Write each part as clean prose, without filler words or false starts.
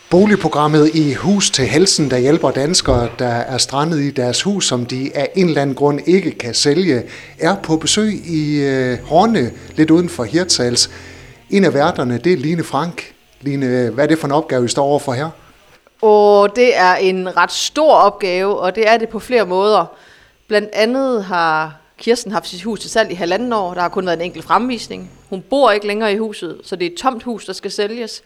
Boligprogrammet I Hus til Halsen, der hjælper danskere, der er strandet i deres hus, som de af en eller anden grund ikke kan sælge, er på besøg i Horne, lidt uden for Hirtshals. En af værterne, det er Line Frank. Line, hvad er det for en opgave, I står overfor her? Det er en ret stor opgave, og det er det på flere måder. Blandt andet har Kirsten haft sit hus til salg i 1,5 år. Der har kun været en enkelt fremvisning. Hun bor ikke længere i huset, så det er et tomt hus, der skal sælges.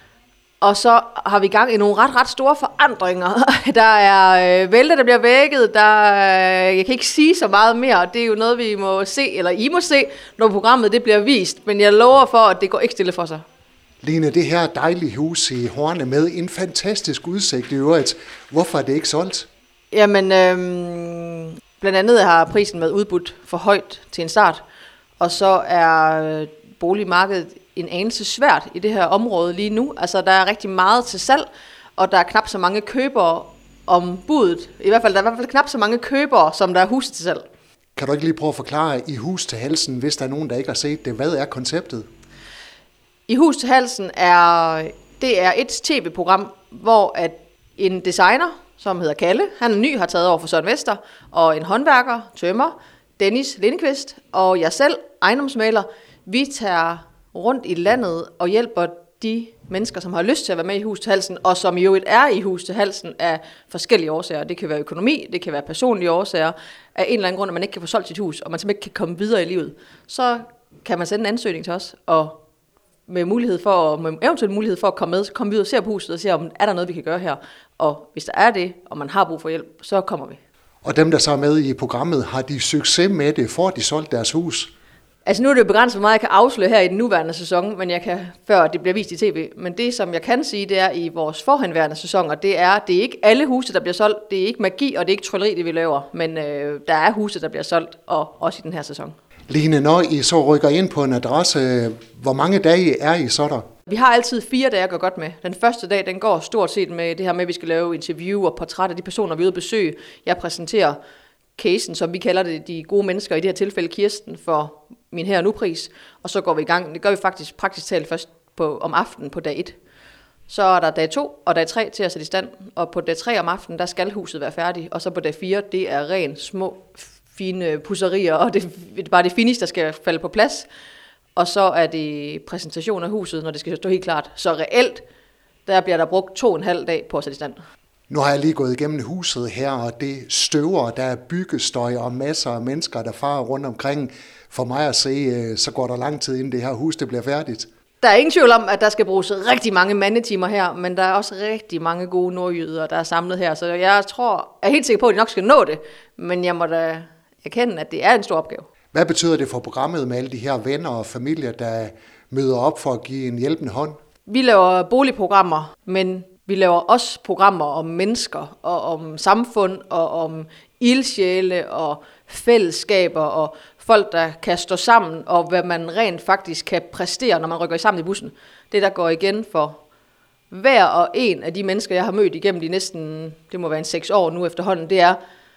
Og så har vi i gang i nogle ret store forandringer. Der er vælte, der bliver vækket. Jeg kan ikke sige så meget mere. Det er jo noget, vi må se, eller I må se, når programmet det bliver vist. Men jeg lover for, at det går ikke stille for sig. Line, det her dejlige hus i Horne med en fantastisk udsigt i øvrigt. Hvorfor er det ikke solgt? Jamen, blandt andet har prisen været udbudt for højt til en start. Og så er boligmarkedet en anelse svært i det her område lige nu. Altså, der er rigtig meget til salg, og der er knap så mange købere om budet. Der er i hvert fald knap så mange købere, som der er huse til salg. Kan du ikke lige prøve at forklare I Hus til Halsen, hvis der er nogen, der ikke har set det? Hvad er konceptet? I Hus til Halsen er et tv-program, hvor at en designer, som hedder Kalle, han er ny, har taget over for Søren Vester, og en håndværker, tømrer, Dennis Lindqvist, og jeg selv, ejendomsmægler, vi tager rundt i landet og hjælper de mennesker, som har lyst til at være med i Hus til Halsen, og som jo er i Hus til Halsen af forskellige årsager. Det kan være økonomi, det kan være personlige årsager, af en eller anden grund, at man ikke kan få solgt sit hus, og man simpelthen ikke kan komme videre i livet. Så kan man sende en ansøgning til os, og med eventuelt mulighed for at komme videre og se på huset og se, om er der noget, vi kan gøre her. Og hvis der er det, og man har brug for hjælp, så kommer vi. Og dem, der så er med i programmet, har de succes med det, for at de solgt deres hus? Altså nu er det jo begrænset, hvor meget jeg kan afsløre her i den nuværende sæson, men jeg kan, før det bliver vist i tv. Men det, som jeg kan sige, det er i vores forhenværende sæsoner, det er ikke alle huse, der bliver solgt. Det er ikke magi, og det er ikke trylleri, det vi laver. Men der er huse, der bliver solgt, og også i den her sæson. Line, når I så rykker ind på en adresse, hvor mange dage er I så der? Vi har altid 4 dage at gå godt med. Den første dag, den går stort set med det her med, at vi skal lave interview og portræt af de personer, vi er ude at besøge. Jeg præsenterer casen, som vi kalder det, de gode mennesker, i det her tilfælde Kirsten, for min her og nu-pris. Og så går vi i gang. Det gør vi faktisk praktisk talt først om aftenen på dag 1. Så er der dag 2 og dag 3 til at sætte i stand. Og på dag 3 om aftenen, der skal huset være færdigt. Og så på dag 4, det er ren små, fine pudserier, og det er bare det fineste, der skal falde på plads. Og så er det præsentation af huset, når det skal stå helt klart. Så reelt, der bliver der brugt 2,5 dag på at sætte i stand. Nu har jeg lige gået igennem huset her, og det støver, der er byggestøj og masser af mennesker, der farer rundt omkring. For mig at se, så går der lang tid, inden det her hus det bliver færdigt. Der er ingen tvivl om, at der skal bruges rigtig mange mandetimer her, men der er også rigtig mange gode nordjyder, der er samlet her. Så jeg er helt sikker på, at de nok skal nå det, men jeg må da erkende, at det er en stor opgave. Hvad betyder det for programmet med alle de her venner og familier, der møder op for at give en hjælpende hånd? Vi laver boligprogrammer, men vi laver også programmer om mennesker, og om samfund, og om ildsjæle, og fællesskaber, og folk, der kan stå sammen, og hvad man rent faktisk kan præstere, når man rykker sammen i bussen. Det, der går igen for hver og en af de mennesker, jeg har mødt igennem de næsten, det må være en 6 år nu efterhånden, det er,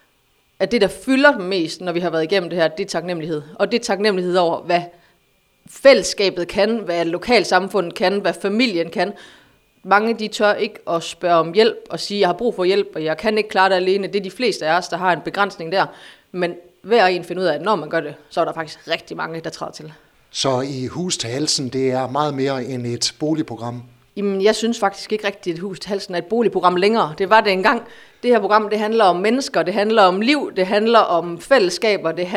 at det, der fylder dem mest, når vi har været igennem det her, det er taknemmelighed. Og det er taknemmelighed over, hvad fællesskabet kan, hvad lokalsamfundet kan, hvad familien kan. Mange de tør ikke at spørge om hjælp og sige, at jeg har brug for hjælp, og jeg kan ikke klare det alene. Det er de fleste af os, der har en begrænsning der. Men hver en finder ud af, at når man gør det, så er der faktisk rigtig mange, der træder til. Så I Hus til Halsen, det er meget mere end et boligprogram? Jamen, jeg synes faktisk ikke rigtigt, at Hus til Halsen er et boligprogram længere. Det var det engang. Det her program, det handler om mennesker, det handler om liv, det handler om fællesskaber, det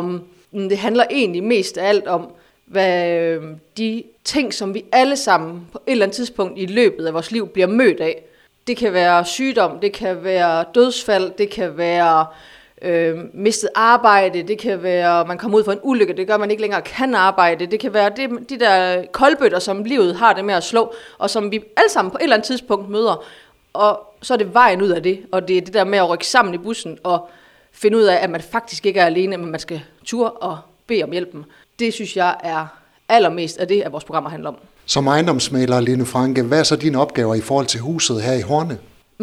handler egentlig mest af alt om, hvad de ting, som vi alle sammen på et eller andet tidspunkt i løbet af vores liv bliver mødt af. Det kan være sygdom, det kan være dødsfald, det kan være mistet arbejde, det kan være, man kommer ud for en ulykke, det gør, man ikke længere kan arbejde, det kan være de der koldbøtter, som livet har det med at slå, og som vi alle sammen på et eller andet tidspunkt møder. Og så er det vejen ud af det, og det er det der med at rykke sammen i bussen og finde ud af, at man faktisk ikke er alene, men man skal turde og bede om hjælpen. Det synes jeg er allermest af det, at vores programmer handler om. Som ejendomsmægler, Line Franke, hvad er så dine opgaver i forhold til huset her i Horne?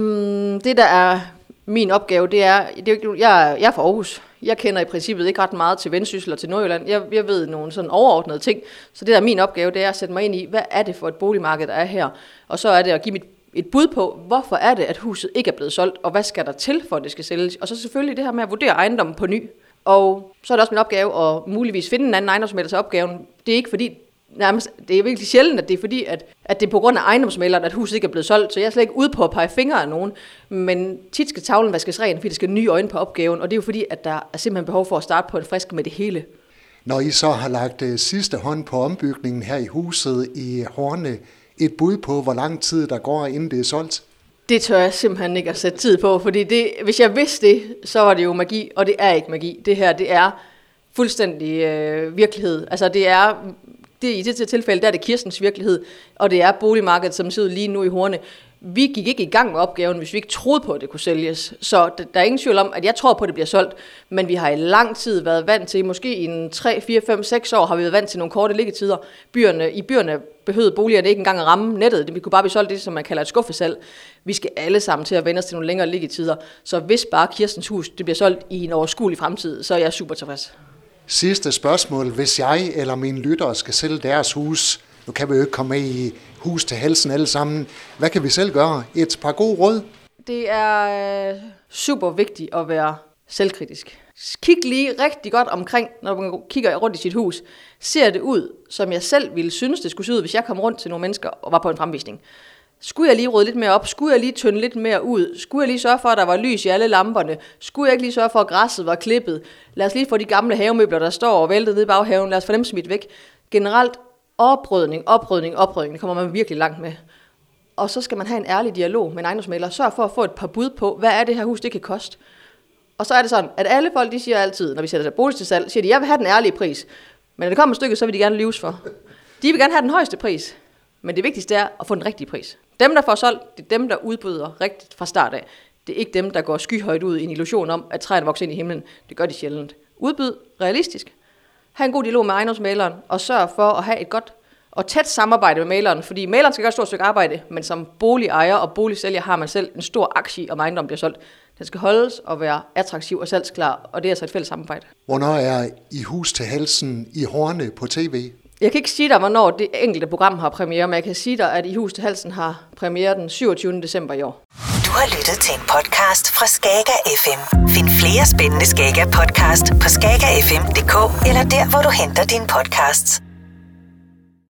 Det, der er min opgave, det er jeg er fra Aarhus. Jeg kender i princippet ikke ret meget til Vendsyssel og til Nordjylland. Jeg ved nogle sådan overordnede ting. Så det, der er min opgave, det er at sætte mig ind i, hvad er det for et boligmarked, der er her. Og så er det at give mit et bud på, hvorfor er det, at huset ikke er blevet solgt, og hvad skal der til, for at det skal sælges. Og så selvfølgelig det her med at vurdere ejendommen på ny. Og så er det også min opgave at muligvis finde en anden ejendomsmægler til opgaven. Det er ikke fordi, det er virkelig sjældent, at det er fordi, at det er på grund af ejendomsmægleren, at huset ikke er blevet solgt. Så jeg er slet ikke ude på at pege fingre af nogen. Men tit skal tavlen vaskes ren, fordi der skal nye øjne på opgaven. Og det er jo fordi, at der er simpelthen behov for at starte på en frisk med det hele. Når I så har lagt sidste hånd på ombygningen her i huset i Horne, et bud på, hvor lang tid der går, inden det er solgt? Det tør jeg simpelthen ikke at sætte tid på, fordi hvis jeg vidste det, så var det jo magi, og det er ikke magi. Det her, det er fuldstændig virkelighed. Altså i det tilfælde, der er det Kirstens virkelighed, og det er boligmarkedet, som sidder lige nu i Horne. Vi gik ikke i gang med opgaven, hvis vi ikke troede på, at det kunne sælges. Så der er ingen tvivl om, at jeg tror på, at det bliver solgt. Men vi har i lang tid været vant til, måske i 3, 4, 5, 6 år, har vi været vant til nogle korte liggetider. I byerne behøvede boligerne ikke engang at ramme nettet. Vi kunne bare blive solgt det, som man kalder et skuffesalg. Vi skal alle sammen til at vende os til nogle længere liggetider. Så hvis bare Kirstens hus det bliver solgt i en overskuelig fremtid, så er jeg super tilfreds. Sidste spørgsmål. Hvis jeg eller mine lyttere skal sælge deres hus, nu kan vi jo ikke komme med i hus til halsen alle sammen. Hvad kan vi selv gøre? Et par gode råd? Det er super vigtigt at være selvkritisk. Kig lige rigtig godt omkring, når man kigger rundt i sit hus. Ser det ud, som jeg selv ville synes, det skulle se ud, hvis jeg kom rundt til nogle mennesker og var på en fremvisning? Skulle jeg lige rydde lidt mere op? Skulle jeg lige tynde lidt mere ud? Skulle jeg lige sørge for, at der var lys i alle lamperne? Skulle jeg ikke lige sørge for, at græsset var klippet? Lad os lige få de gamle havemøbler, der står og væltet ned i baghaven. Lad os få dem smidt væk. Generelt oprydning. Det kommer man virkelig langt med. Og så skal man have en ærlig dialog med en ejendomsmægler. Sørg for at få et par bud på, hvad er det her hus, det kan koste. Og så er det sådan, at alle folk, de siger altid, når vi sætter sig bolig til salg, siger de, jeg vil have den ærlige pris. Men når det kommer et stykke, så vil de gerne lyves for. De vil gerne have den højeste pris. Men det vigtigste er at få den rigtige pris. Dem, der får solgt, det er dem, der udbyder rigtigt fra start af. Det er ikke dem, der går skyhøjt ud i en illusion om, at træerne vokser ind i himlen. Det gør de sjældent. Udbyd realistisk. Ha' en god dialog med ejendomsmægleren, og sørg for at have et godt og tæt samarbejde med mæleren, fordi mæleren skal gøre et stort stykke arbejde, men som boligejer og boligsælger har man selv en stor aktie i, om ejendommen bliver solgt. Den skal holdes og være attraktiv og salgsklar, og det er altså et fælles samarbejde. Hvornår er I hus til halsen i Horne på tv? Jeg kan ikke sige dig, hvornår det enkelte program har premiere, men jeg kan sige dig, at I hus til halsen har premiere den 27. december i år. Du har lyttet til en podcast fra Skager FM. Find flere spændende Skager podcast på skagerfm.dk eller der, hvor du henter dine podcasts.